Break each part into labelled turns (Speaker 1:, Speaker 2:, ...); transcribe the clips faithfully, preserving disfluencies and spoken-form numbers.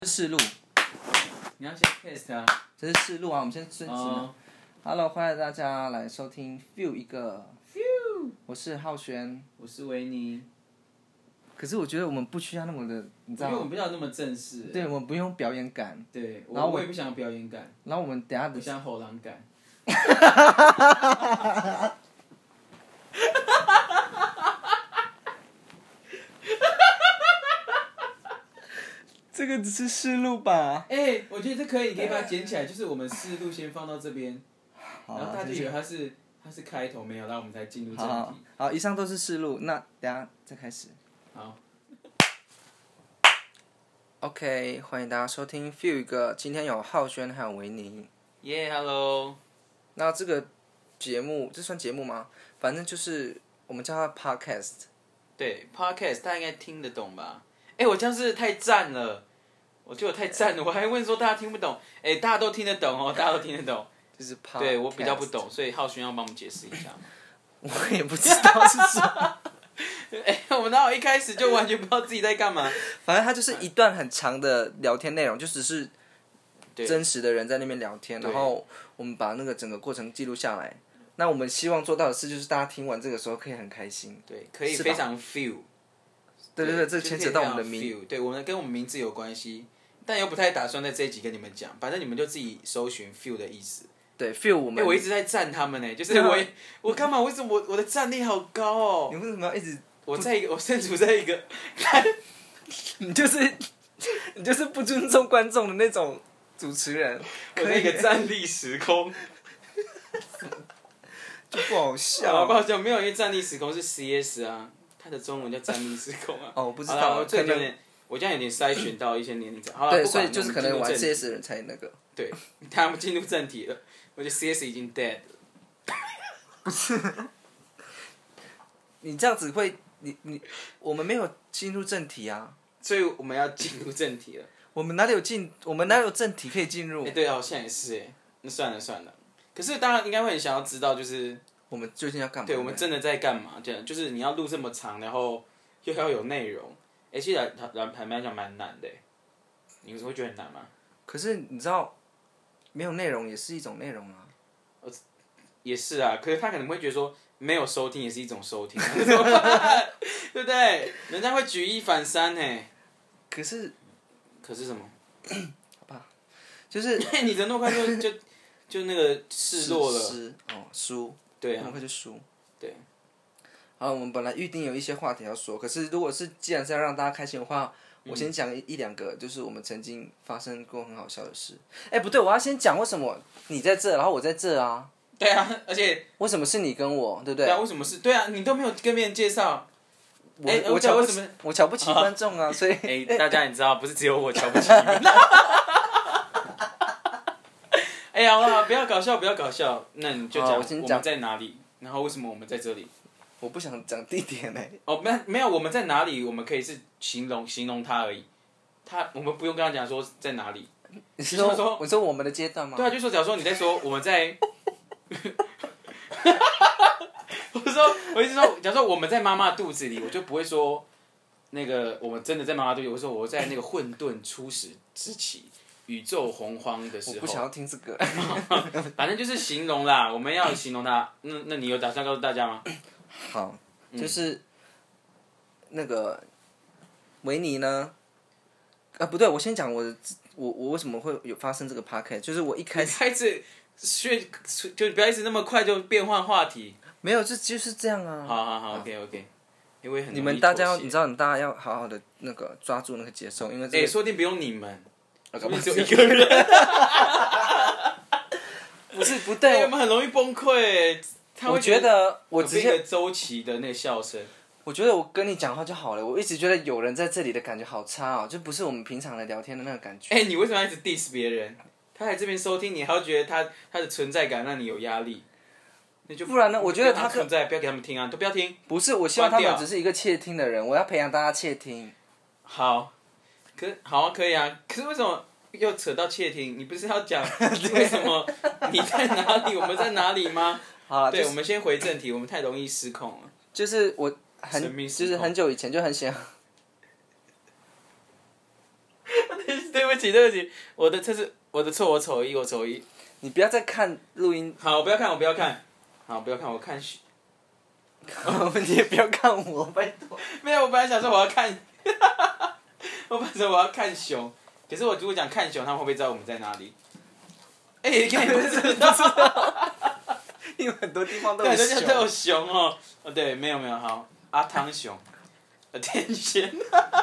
Speaker 1: 试录，
Speaker 2: 你要先 test 啊。
Speaker 1: 这是试录啊，我们先顺序。Oh. Hello， 欢迎大家来收听 Feel 一个
Speaker 2: Feel，
Speaker 1: 我是浩轩，
Speaker 2: 我是维尼。
Speaker 1: 可是我觉得我们不需要那么的，你知道吗？
Speaker 2: 因为我们不要那么正式。
Speaker 1: 对，我们不用表演感。
Speaker 2: 对，
Speaker 1: 然后
Speaker 2: 我也不想要表演感。
Speaker 1: 然后我们等下
Speaker 2: 我想吼狼感。
Speaker 1: 这个只是试录吧？
Speaker 2: 哎、欸，我觉得这可以，你可以把它剪起来，就是我们试录先放到这边，然后大家就以为它是它是开头没有，然后我们才进入正题。
Speaker 1: 好, 好, 好，以上都是试录，那等下再开始。
Speaker 2: 好。
Speaker 1: OK， 欢迎大家收听 Feel 一个，今天有浩轩还有维尼。
Speaker 2: 耶、yeah, ，Hello。
Speaker 1: 那这个节目，这算节目吗？反正就是我们叫它 Podcast。
Speaker 2: 对 ，Podcast 大家应该听得懂吧？哎、欸，我这样是太赞了。我觉得我太赞了，我还问说大家听不懂，哎、欸，大家都听得懂哦，大家都听得懂。
Speaker 1: 就是 Podcast。
Speaker 2: 对我比较不懂，所以浩轩要帮我们解释一下。
Speaker 1: 我也不知道是什么。
Speaker 2: 哎、欸，我们哪有一开始就完全不知道自己在干嘛？
Speaker 1: 反正它就是一段很长的聊天内容，就只是真实的人在那边聊天，然后我们把那个整个过程记录下来。那我们希望做到的事就是大家听完这个时候可以很开心，
Speaker 2: 对，可以非常 feel。
Speaker 1: 对对对，这牵扯到我们的名，
Speaker 2: 对，我们跟我们名字有关系，但又不太打算在这一集跟你们讲，反正你们就自己搜寻 feel 的意思。
Speaker 1: 对 feel 我们。
Speaker 2: 哎、欸，我一直在赞他们呢，就是我我干嘛？为什么我我的战力好高哦？
Speaker 1: 你为什么要一直？
Speaker 2: 我在一个，我身处在一个，
Speaker 1: 你就是你就是不尊重观众的那种主持人。
Speaker 2: 我在一个站立时空，
Speaker 1: 就不好笑。
Speaker 2: 不好笑，没有，因为站立时空是 C S 啊。它的中文叫站立时空啊！
Speaker 1: 哦，我不知道，
Speaker 2: 我这有点，我这样有点筛选到一些年龄层。好了，
Speaker 1: 对，所以就是可能玩 C S 的人才那个。
Speaker 2: 对，他们进入正题了。我觉得 C S 已经 dead 了。
Speaker 1: 不是，你这样子会，你你，我们没有进入正题啊。
Speaker 2: 所以我们要进入正题了。
Speaker 1: 我们哪里有进？我们哪有正题可以进入？
Speaker 2: 哎、欸，对啊，好像也是哎。那算了算了。可是大家应该会很想要知道，就是。
Speaker 1: 我们最近要干嘛？
Speaker 2: 对，我们真的在干嘛？这样就是你要录这么长，然后又要有内容，哎、欸，其实来来坦白讲蛮难的，你们会觉得很难吗？
Speaker 1: 可是你知道，没有内容也是一种内容啊。
Speaker 2: 也是啊，可是他可能会觉得说，没有收听也是一种收听，对不对？人家会举一反三呢。
Speaker 1: 可是，
Speaker 2: 可是什么？
Speaker 1: 好吧，就是
Speaker 2: 你的那么快就就就那个失落了。
Speaker 1: 失哦，输。
Speaker 2: 对啊，
Speaker 1: 那快就输。
Speaker 2: 对。
Speaker 1: 好，我们本来预定有一些话题要说，可是如果是既然是要让大家开心的话，我先讲一一两个，就是我们曾经发生过很好笑的事。哎、欸，不对，我要先讲为什么你在这，然后我在这啊。
Speaker 2: 对啊，而且
Speaker 1: 为什么是你跟我，对不对？
Speaker 2: 对啊，为什么是？对啊，你都没有跟别人介绍。
Speaker 1: 我、欸、我瞧不起，我瞧不起观众啊，所以。
Speaker 2: 哎、欸，大家你知道，不是只有我瞧不起你们。哎呀，哇！不要搞笑，不要搞笑。那你就讲我们在哪里，然后为什么我们在这里？
Speaker 1: 我不想讲地点哎。
Speaker 2: 哦，没没有，我们在哪里？我们可以是形容形容他而已。他，我们不用跟他讲说在哪里。
Speaker 1: 你是说说，我说我们的阶段吗？
Speaker 2: 对啊，就说假如说你在说我们在，我说我意思说，假如说我们在妈妈肚子里，我就不会说那个我们真的在妈妈肚子里。我说我在那个混沌初始之期。宇宙洪荒的时候，
Speaker 1: 我不想要听这个。
Speaker 2: 反正就是形容啦，我们要形容它。那那你有打算告诉大家吗？
Speaker 1: 好，就是、嗯、那个维尼呢？啊，不对，我先讲我的，我我为什么会有发生这个 podcast， 就是我一开始
Speaker 2: 开始学，就不要一直那么快就变换话题。
Speaker 1: 没有，就就是这样啊。
Speaker 2: 好好好 ，OK OK。因为很
Speaker 1: 你们大家要，你知道，你大家要好好的那个抓住那个节奏，因为这、
Speaker 2: 欸、说不定不用你们。说不定只有一个人，
Speaker 1: 不是不对，
Speaker 2: 我们很容易崩溃。
Speaker 1: 我觉得我
Speaker 2: 直接周琦的那个笑声，
Speaker 1: 我觉得我跟你讲话就好了。我一直觉得有人在这里的感觉好差哦，就不是我们平常的聊天的那个感觉。
Speaker 2: 哎、欸，你为什么要一直 diss 别人？他来这边收听，你还要觉得他他的存在感让你有压力？那就
Speaker 1: 不然呢？我觉得他
Speaker 2: 存在，不要给他们听啊，都不要听。
Speaker 1: 不是，我希望他们只是一个窃听的人，我要培养大家窃听。
Speaker 2: 好。可是好啊，可以啊。可是为什么又扯到窃听？你不是要讲为什么你在哪里，我们在哪里吗？
Speaker 1: 好，
Speaker 2: 对、
Speaker 1: 就是，
Speaker 2: 我们先回正题，我们太容易失控了。
Speaker 1: 就是我很，就是很久以前就很喜欢。
Speaker 2: 对不起，对不起，我的这是我的错，我丑一，我丑一。
Speaker 1: 你不要再看录音。
Speaker 2: 好，我不要看，我不要看。好，不要看，我看。
Speaker 1: 你也不要看我，拜托。
Speaker 2: 没有，我本来想说我要看，我本来说我要看熊，可是我如果讲看熊，他们会不会知道我们在哪里？哎、欸，看你不知道，
Speaker 1: 因为很多地方都有熊。
Speaker 2: 都有熊哦。哦，对，没有没有，好，阿汤熊，天选。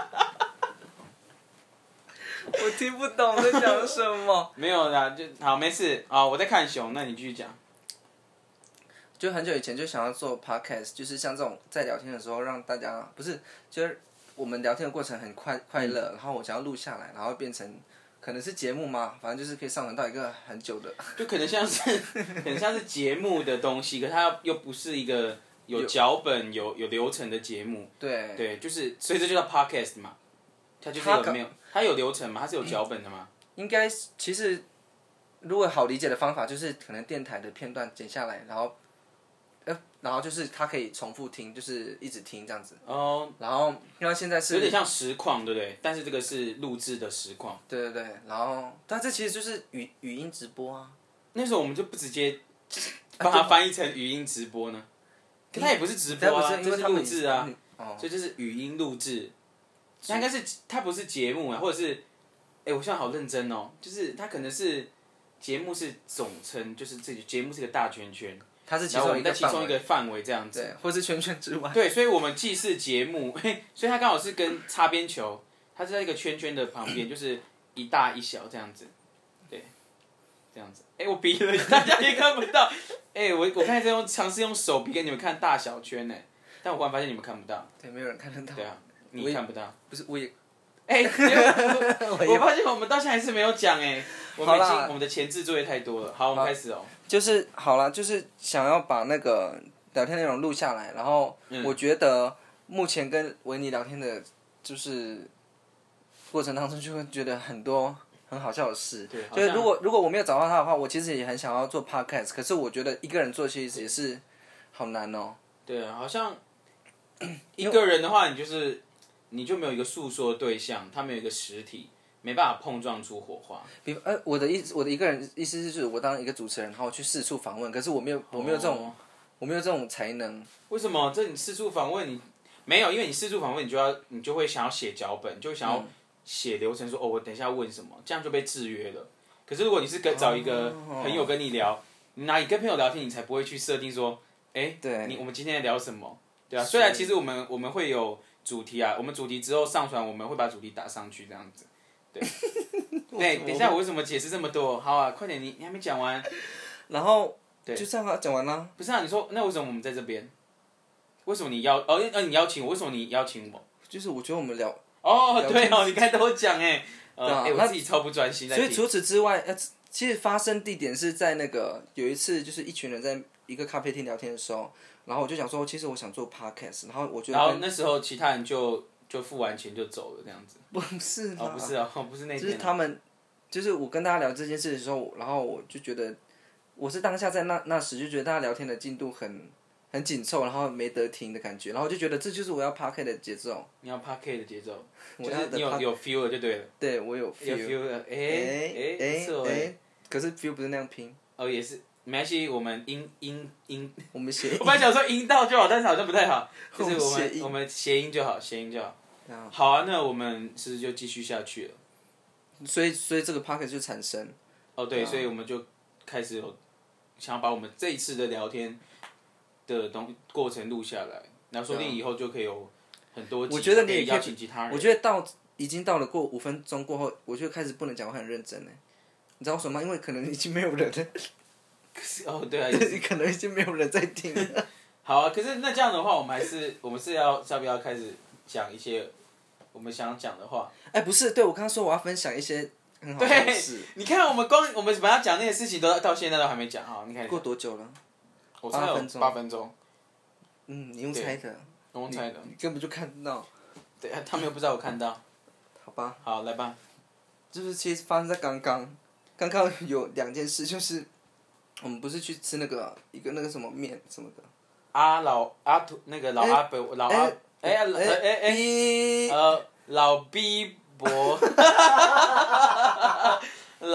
Speaker 1: 我听不懂在讲什么。
Speaker 2: 没有啦，就好，没事。好，我在看熊，那你继续讲。
Speaker 1: 就很久以前就想要做 podcast， 就是像这种在聊天的时候让大家不是，就是我们聊天的过程很快快乐，然后我想要录下来，然后变成可能是节目嘛，反正就是可以上传到一个很久的，
Speaker 2: 就可能像是可能像是节目的东西，可是它又不是一个有脚本、有有流程的节目。
Speaker 1: 对
Speaker 2: 对，就是所以这就叫 podcast 嘛，它就是有没有它有流程嘛，它是有脚本的嘛。
Speaker 1: 应该其实如果好理解的方法就是可能电台的片段剪下来，然后。呃，然后就是它可以重复听，就是一直听这样子。哦。然后因为现在是
Speaker 2: 有点像实况，对不对？但是这个是录制的实况。
Speaker 1: 对对对，然后但这其实就是语语音直播啊。
Speaker 2: 那时候我们就不直接把它翻译成语音直播呢？可它也不是直播啊，这是录制啊，所以这是语音录制。它应该是它不是节目啊，或者是，哎，我现在好认真哦，就是它可能是节目是总称，就是这节目是个大圈圈。
Speaker 1: 它是其中一个
Speaker 2: 其中一个范围这样子，
Speaker 1: 对，或是圈圈之外。
Speaker 2: 对，所以我们既是节目，所以它刚好是跟擦边球，它是在一个圈圈的旁边，就是一大一小这样子，对，这样子。哎、欸，我比了，大家也看不到。哎、欸，我我刚才在用尝试用手比给你们看大小圈呢，但我忽然发现你们看不到。
Speaker 1: 对，没有人看得到。
Speaker 2: 对啊，你看不到。
Speaker 1: 不是，我也。
Speaker 2: 哎、欸，我, 我发现我们到现在还是没有讲哎，我们已经我们的前置作业太多了。好，我们开始哦。
Speaker 1: 就是好啦，就是想要把那个聊天内容录下来，然后我觉得目前跟维尼聊天的，就是过程当中就会觉得很多很好笑的事。对，就是如果如果我没有找到他的话，我其实也很想要做 podcast， 可是我觉得一个人做其实也是好难哦。
Speaker 2: 对啊，好像一个人的话，你就是你就没有一个诉说的对象，他没有一个实体。没办法碰撞出火花。
Speaker 1: 比呃，我的意我的一个人意思是，就是我当一个主持人，然后去四处访问，可是我没有我没有这种、哦、我没有这种才能。
Speaker 2: 为什么？这你四处访问你没有？因为你四处访问，你就要你就会想要写脚本，就会想要写流程说，说哦，我等一下问什么，这样就被制约了。可是如果你是跟找一个朋友跟你聊，哦、你哪里跟朋友聊天，你才不会去设定说，哎，对，你我们今天聊什么？对啊，虽然其实我们我们会有主题啊，我们主题之后上传，我们会把主题打上去这样子。对，对，等一下，我为什么解释这么多？好啊，快点，你你还没讲完。
Speaker 1: 然后，对，就这样啊，讲完了。
Speaker 2: 不是啊，你说那为什么我们在这边？为什么你邀哦呃你邀请我？为什么你邀请我？
Speaker 1: 就是我觉得我们聊
Speaker 2: 哦，对哦，你刚才都讲哎，呃，哎，我自己超不专心在听。
Speaker 1: 所以除此之外，呃，其实发生地点是在那个有一次，就是一群人在一个咖啡厅聊天的时候，然后我就想说，其实我想做 podcast， 然后我觉得，
Speaker 2: 然后那时候其他人就。就付完钱就走了这样子。
Speaker 1: 不是
Speaker 2: 哦，不是哦，不是那天。
Speaker 1: 就是他们，就是我跟大家聊这件事的时候，然后我就觉得，我是当下在那那时就觉得大家聊天的进度很很紧凑，然后没得停的感觉，然后我就觉得这就是我要 P K 的节奏。
Speaker 2: 你要 P K 的节奏，就是你有有 feel 了就对了。
Speaker 1: 对，我有 feel。
Speaker 2: 有 feel 了，哎哎哎，是哎。
Speaker 1: 可是 feel 不是那样拼。
Speaker 2: 哦，也是。没关系，我们音音音，
Speaker 1: 我们谐。
Speaker 2: 我本来想说音到就好，但是好像不太好，就是我们我们谐音就好，谐音就好。好啊，那我们是不是就继续下去了？
Speaker 1: 所以，所以这个 podcast 就产生。
Speaker 2: 哦，对，所以我们就开始有想要把我们这一次的聊天的东过程录下来，然后说不定以后就可以有很多集，
Speaker 1: 我觉得你
Speaker 2: 可以邀请其他人。
Speaker 1: 我觉得到已经到了过五分钟过后，我就开始不能讲话很认真了。你知道为什么吗？因为可能已经没有人了。
Speaker 2: 哦，对啊，
Speaker 1: 可能已经没有人在听了。
Speaker 2: 好啊，可是那这样的话，我们还是我们是要要不要开始讲一些我们想讲的话？
Speaker 1: 哎，不是，对我刚刚说我要分享一些很好笑的事。
Speaker 2: 你看，我们光我们本来讲那些事情，都到现在都还没讲哈。你看
Speaker 1: 过多久了？
Speaker 2: 我猜有八分钟。
Speaker 1: 嗯，你用猜的。
Speaker 2: 我用猜的。
Speaker 1: 你根本就看不到。
Speaker 2: 对啊，他们又不知道我看到。
Speaker 1: 好吧。
Speaker 2: 好，来吧。
Speaker 1: 就是其实发生在刚刚，刚刚有两件事，就是我们不是去吃那个一个那个什么面什么的。
Speaker 2: 阿老阿土那个老阿伯老阿哎哎哎哎呃老逼伯，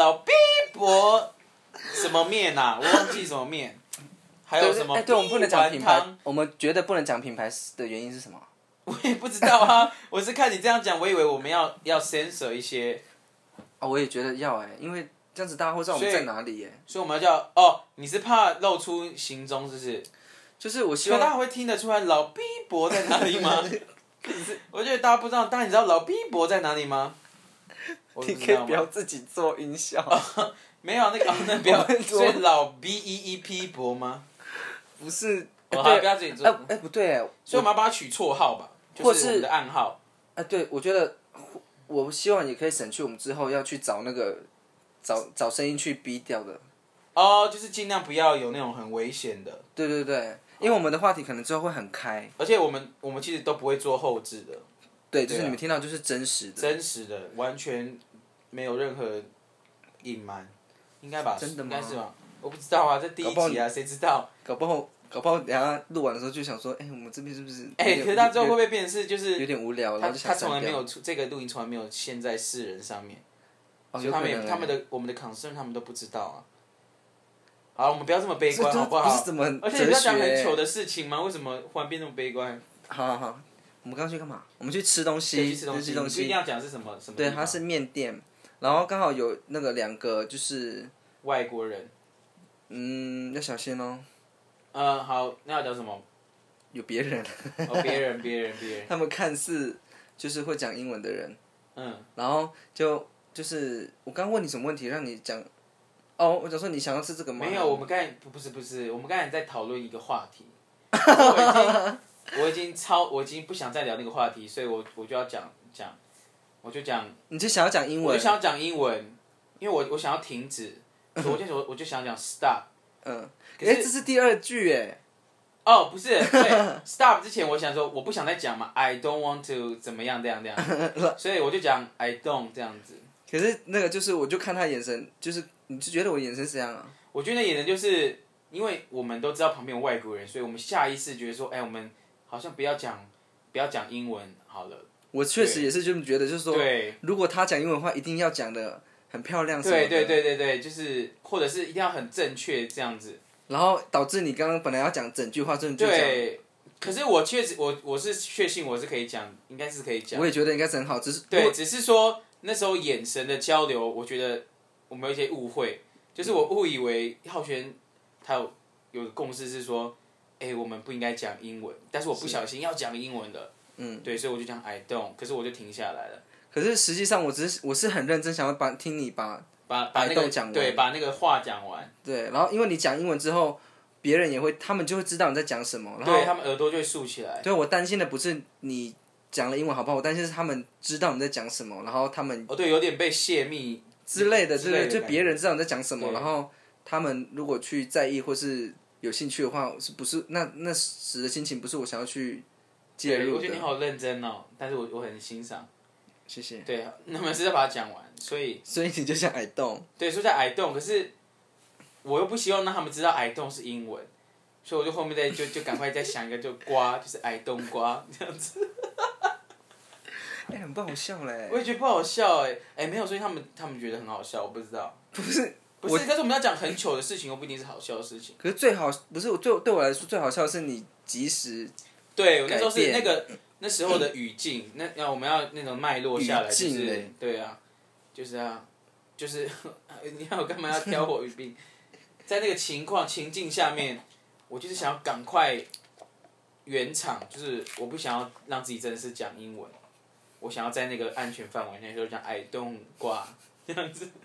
Speaker 2: 老逼伯什么面啊？我忘记什么面。还有什么？
Speaker 1: 哎，对，我们不能讲品牌
Speaker 2: 汤。
Speaker 1: 我们觉得不能讲品牌的原因是什么？
Speaker 2: 我也不知道啊，我是看你这样讲，我以为我们要要 censor 一些。
Speaker 1: 啊，我也觉得要哎，因为这样子大家会知道我们在哪里哎。
Speaker 2: 所以我们要叫哦，你是怕露出行踪是不是？
Speaker 1: 就是我希望
Speaker 2: 大家会听得出来老逼伯在哪里吗？我觉得大家不知道，但你知道老逼伯在哪里吗？
Speaker 1: 你可以不要自己做音效。
Speaker 2: 哦、没有那个，哦、那不要。所以老 B E E P 伯吗？
Speaker 1: 不是。
Speaker 2: 哦、好，不要自己做。
Speaker 1: 哎、欸欸、不对，
Speaker 2: 所以我们要帮他取绰号吧，就是我们的暗号。
Speaker 1: 哎、欸，对，我觉得我希望也可以省去我们之后要去找那个找找声音去逼掉的。
Speaker 2: 哦，就是尽量不要有那种很危险的。
Speaker 1: 对对对，因为我们的话题可能之后会很开，
Speaker 2: 而且我们我们其实都不会做后置的。
Speaker 1: 对，就是你们听到就是真实的，
Speaker 2: 真实的，完全没有任何隐瞒，应该吧？
Speaker 1: 真的吗？
Speaker 2: 应该是吧？我不知道啊，这第一集啊，谁知道？
Speaker 1: 搞不好。搞不好等下录完的时候就想说，哎、欸，我们这边是不是？
Speaker 2: 哎、欸，可是他之后会不会变成是就是
Speaker 1: 有点无聊？
Speaker 2: 他
Speaker 1: 然后就想
Speaker 2: 他从来没有出这个录音，从来没有现在世人上面，
Speaker 1: 哦、
Speaker 2: 所以他们也他们的我们的 concern 他们都不知道啊。好，我们不要这么悲观好不好？
Speaker 1: 不是怎么
Speaker 2: 而且你要讲很糗的事情吗？为什么忽然变那么悲观？
Speaker 1: 好好好，我们刚去干嘛？我们去吃东西，
Speaker 2: 去吃东西。
Speaker 1: 东西
Speaker 2: 一定要讲是什么什么？
Speaker 1: 对，它是面店，然后刚好有那个两个就是
Speaker 2: 外国人，
Speaker 1: 嗯，要小心哦。
Speaker 2: 嗯，好，那要讲什么？
Speaker 1: 有别人。
Speaker 2: 哦，别人，别人，别人。
Speaker 1: 他们看似就是会讲英文的人，
Speaker 2: 嗯，
Speaker 1: 然后就就是我刚问你什么问题，让你讲。哦，我想说你想要吃这个吗？
Speaker 2: 没有，我们刚才不不是不是，我们刚才在讨论一个话题。我已经我已经超我已经不想再聊那个话题，所以我我就要讲讲，我就讲。
Speaker 1: 你就想要讲英文？
Speaker 2: 我就想要讲英文，因为我我想要停止，所以我就我我就想讲 stop。
Speaker 1: 嗯，哎，这是第二句哎。
Speaker 2: 哦，不是，对 ，stop 之前我想说我不想再讲嘛 ，I don't want to 怎么样这样这样，所以我就讲 I don't 这样子。
Speaker 1: 可是那个就是，我就看他眼神，就是你就觉得我眼神是这样啊？
Speaker 2: 我觉得那眼神就是因为我们都知道旁边有外国人，所以我们下意识觉得说，哎，我们好像不要讲不要讲英文好了。
Speaker 1: 我确实也是这么觉得，就是说，
Speaker 2: 对，
Speaker 1: 如果他讲英文的话，一定要讲的很漂亮什么的。
Speaker 2: 对对对对对，就是或者是一定要很正确这样子。
Speaker 1: 然后导致你刚刚本来要讲整句话，真的就讲。
Speaker 2: 对，可是我确实，我我是确信我是可以讲，应该是可以讲。
Speaker 1: 我也觉得应该是很好，只是
Speaker 2: 对，只是说那时候眼神的交流，我觉得我们有一些误会，就是我误以为浩轩他有有个共识是说，哎、欸，我们不应该讲英文，但是我不小心要讲英文的，嗯，对，所以我就讲 I don't， 可是我就停下来了。
Speaker 1: 可是实际上我只是我是很认真想要把听你把。
Speaker 2: 把把那个
Speaker 1: 讲完，
Speaker 2: 对，把那个话讲完。
Speaker 1: 对，然后因为你讲英文之后，别人也会，他们就会知道你在讲什么，然后
Speaker 2: 对他们耳朵就会竖起来。
Speaker 1: 对，我担心的不是你讲了英文好不好，我担心是他们知道你在讲什么，然后他们
Speaker 2: 哦，对，有点被泄密
Speaker 1: 之类的，
Speaker 2: 之类的，
Speaker 1: 就别人知道你在讲什么，然后他们如果去在意或是有兴趣的话，是不是那那时的心情不是我想要去介入的？
Speaker 2: 我觉得你好认真哦，但是我我很欣赏。
Speaker 1: 谢谢。
Speaker 2: 对，那么是要把它讲完，所以
Speaker 1: 所以你就像 I don't，
Speaker 2: 对，说在 I don't， 可是我又不希望让他们知道 I don't 是英文，所以我就后面再就就赶快再想一个就瓜，就是 I don't 瓜这样子。
Speaker 1: 哎、欸，很不好笑嘞。
Speaker 2: 我也觉得不好笑哎，哎没有，所以他们他们觉得很好笑，我不知道。
Speaker 1: 不是
Speaker 2: 不是，但是我们要讲很糗的事情，又不一定是好笑的事情。
Speaker 1: 可是最好不是我对对我来说最好笑的是你及时。
Speaker 2: 对，我那时候是那个。那时候的语境，那要我们要那种脉络下来，就是对啊，就是啊，就是你要我干嘛要挑我语病？在那个情况情境下面，我就是想要赶快圆场，就是我不想要让自己真的是讲英文，我想要在那个安全范围内，就讲 I don't 挂这样子。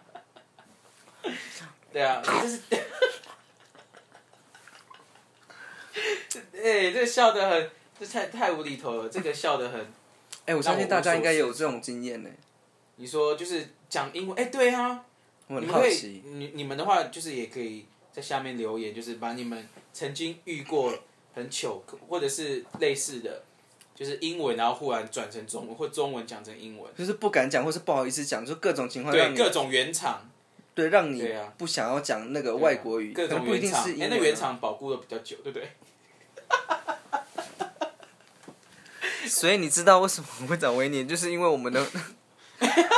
Speaker 2: 对啊，就是，哎、欸，这个笑得很。这太太无厘头了，这个笑得很。
Speaker 1: 哎、欸，我相信大家应该有这种经验呢。
Speaker 2: 你说就是讲英文，哎、欸，对啊，
Speaker 1: 我很好奇。
Speaker 2: 你你们的话就是也可以在下面留言，就是把你们曾经遇过很糗或者是类似的，就是英文然后忽然转成中文，或中文讲成英文，
Speaker 1: 就是不敢讲或是不好意思讲，就各种情况让
Speaker 2: 你对各种圆场，
Speaker 1: 对，让你不想要讲那个外国语，
Speaker 2: 啊、各种
Speaker 1: 不一定是英文、啊。
Speaker 2: 哎、欸，那圆场保护的比较久，对不对？
Speaker 1: 所以你知道为什么我会找维尼，就是因为我们的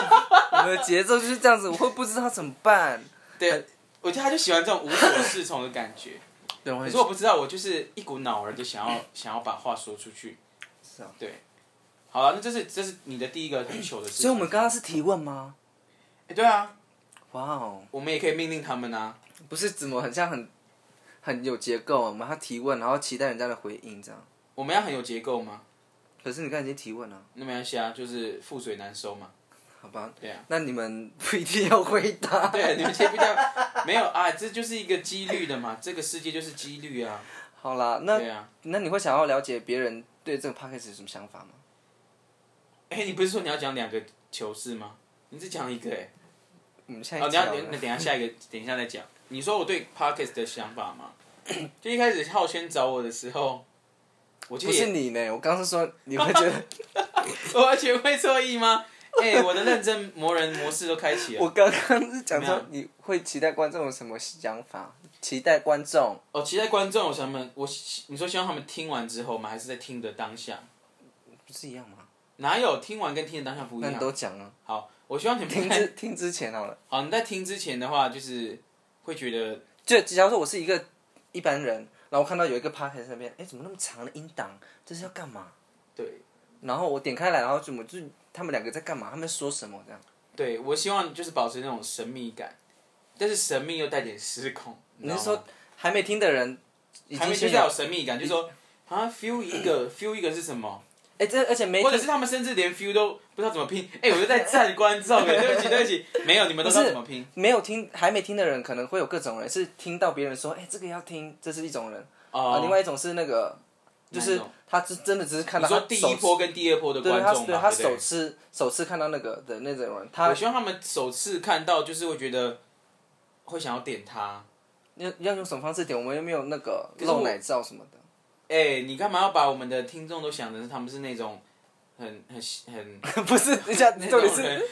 Speaker 1: 我们的节奏就是这样子，我会不知道怎么办。
Speaker 2: 对，我觉得他就喜欢这种无所适从的感觉。
Speaker 1: 对，
Speaker 2: 可是我不知道，我就是一股脑儿就想要想要把话说出去。
Speaker 1: 是啊。
Speaker 2: 对。好了，那这是这是你的第一个需求的事情。
Speaker 1: 所以我们刚刚是提问吗？
Speaker 2: 哎，对啊。
Speaker 1: 哇哦。
Speaker 2: 我们也可以命令他们啊。
Speaker 1: 不是怎么很像很很有结构，我们要提问，然后期待人家的回应这样。
Speaker 2: 我们要很有结构吗？
Speaker 1: 可是你刚才已经提问了。
Speaker 2: 那没关系啊，就是覆水难收嘛。
Speaker 1: 好吧。
Speaker 2: 对啊。
Speaker 1: 那你们不一定要回答。
Speaker 2: 对，你们先不要，没有啊，这就是一个几率的嘛，这个世界就是几率啊。
Speaker 1: 好啦，那、
Speaker 2: 啊、
Speaker 1: 那你会想要了解别人对这个 podcast 有什么想法吗？
Speaker 2: 哎、欸，你不是说你要讲两个糗事吗？你只讲一个哎、欸。
Speaker 1: 我们现在
Speaker 2: 哦，你要那等一下下一个，等一下再讲。你说我对 podcast 的想法吗？就一开始浩轩找我的时候，我就
Speaker 1: 不是你呢，我刚是说你会觉得
Speaker 2: 我完全会错意吗？哎、欸，我的认真磨人模式都开启了。
Speaker 1: 我刚刚是讲说你会期待观众有什么想法？期待观众
Speaker 2: 哦，期待观众有什么？我你说希望他们听完之后吗？还是在听的当下？
Speaker 1: 不是一样吗？
Speaker 2: 哪有听完跟听的当下不一样？
Speaker 1: 那你都讲啊。
Speaker 2: 好，我希望你们
Speaker 1: 听之听之前好了。
Speaker 2: 好，你在听之前的话，就是会觉得，
Speaker 1: 就假如说我是一个一般人，然后我看到有一个 podcast 那边，哎，怎么那么长的音档？这是要干嘛？
Speaker 2: 对。
Speaker 1: 然后我点开来，然后怎么就他们两个在干嘛？他们说什么这样？
Speaker 2: 对，我希望就是保持那种神秘感，但是神秘又带点失控。
Speaker 1: 你是说还没听的人已
Speaker 2: 还没就是要有神秘感，就是说啊 feel 一个 feel 一个是什么？
Speaker 1: 哎，这而且没，
Speaker 2: 或者是他们甚至连 feel 都不知道怎么拼。哎，我就在赞观众，哎，对不起对不起，没有，你们都知道怎么拼。
Speaker 1: 没有听还没听的人可能会有各种人，是听到别人说，哎，这个要听，这是一种人。哦。啊，另外一种是那个，就是他是真的只是看到他。
Speaker 2: 你说第一波跟第二波的观众嘛，
Speaker 1: 对，他首次首次看到那个的那种人，他。
Speaker 2: 我希望他们首次看到，就是会觉得会想要点他。
Speaker 1: 要要用什么方式点？我们又没有那个露奶照什么的。
Speaker 2: 哎、欸，你干嘛要把我们的听众都想成是他们是那种很很很
Speaker 1: 不是？等一下，重点是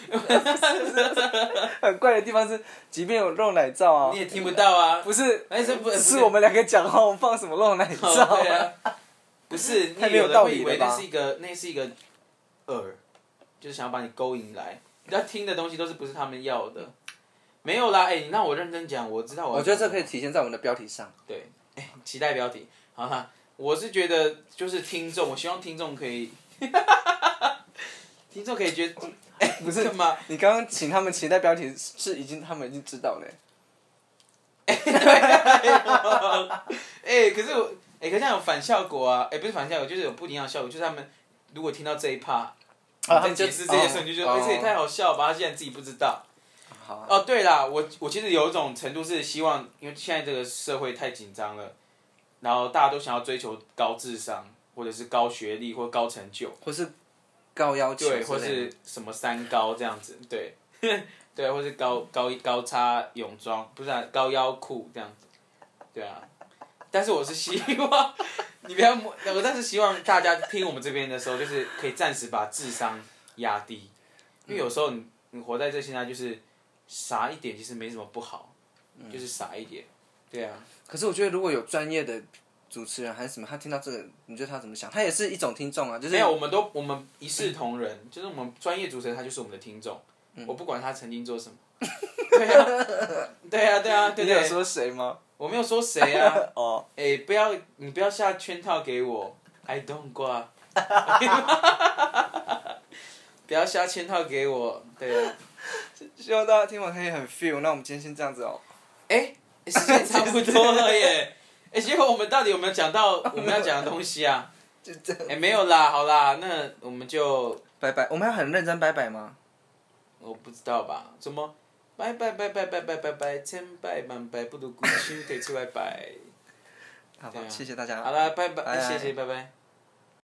Speaker 1: 很怪的地方是，即便有露奶照啊，
Speaker 2: 你也听不到啊。
Speaker 1: 不是，
Speaker 2: 哎、欸，这不
Speaker 1: 是我们两个讲话，我们放什么露奶照？
Speaker 2: 哦、对啊，不是，
Speaker 1: 太没有道理
Speaker 2: 了吧？你以为那是一个，那是一个饵，就是想要把你勾引来。要听的东西都是不是他们要的。没有啦，哎、欸，你让我认真讲，我知道我。
Speaker 1: 我觉得这可以体现在我们的标题上。
Speaker 2: 对，哎、欸，期待标题，好哈。我是觉得就是听众，我希望听众可以，听众可以觉得，哎、欸，
Speaker 1: 不是
Speaker 2: 嘛？
Speaker 1: 你刚刚请他们期待标题是已经他们已经知道了、
Speaker 2: 欸。哎、欸，可是我，哎、欸，可是这样有反效果啊！哎、欸，不是反效果，就是有不一样的效果，就是他们如果听到这一 part，啊，在解释这些时候，你就觉得，哎、哦，这也太好笑了吧！他竟然自己不知道。
Speaker 1: 好、啊。
Speaker 2: 哦，对啦，我我其实有一种程度是希望，因为现在这个社会太紧张了。然后大家都想要追求高智商，或者是高学历，或高成就，
Speaker 1: 或是高要求，
Speaker 2: 对，或是什么三高这样子，对，对，或是高高高叉泳装，不是、啊、高腰裤这样子，对啊。但是我是希望你不要摸，我但是希望大家听我们这边的时候，就是可以暂时把智商压低，因为有时候你你活在这现在就是傻一点，其实没什么不好，就是傻一点。对啊，
Speaker 1: 可是我觉得如果有专业的主持人还是什么，他听到这个，你觉得他怎么想？他也是一种听众啊，就是
Speaker 2: 没有，我们都我们一视同仁，嗯、就是我们专业主持人，他就是我们的听众、嗯。我不管他曾经做什么。对啊，对啊，对啊，对对。
Speaker 1: 你有说谁吗？
Speaker 2: 我没有说谁啊。
Speaker 1: 哦。
Speaker 2: 哎、欸，不要，你不要下圈套给我 ，I don't 挂。不要下圈套给我，对啊。
Speaker 1: 希望大家听完可以很 feel。那我们今天先这样子哦。
Speaker 2: 哎、欸。时间差不多了耶，哎、欸，结果我们到底有没有讲到我们要讲的东西啊？
Speaker 1: 就这样。
Speaker 2: 哎、欸，没有啦，好啦，那我们就
Speaker 1: 拜拜。我们要很认真拜拜吗？
Speaker 2: 我不知道吧？怎么？拜拜拜拜拜拜拜拜，千拜万拜不如归心，得出拜拜。
Speaker 1: 好吧，谢谢大家。
Speaker 2: 好啦，拜拜，谢谢，拜拜。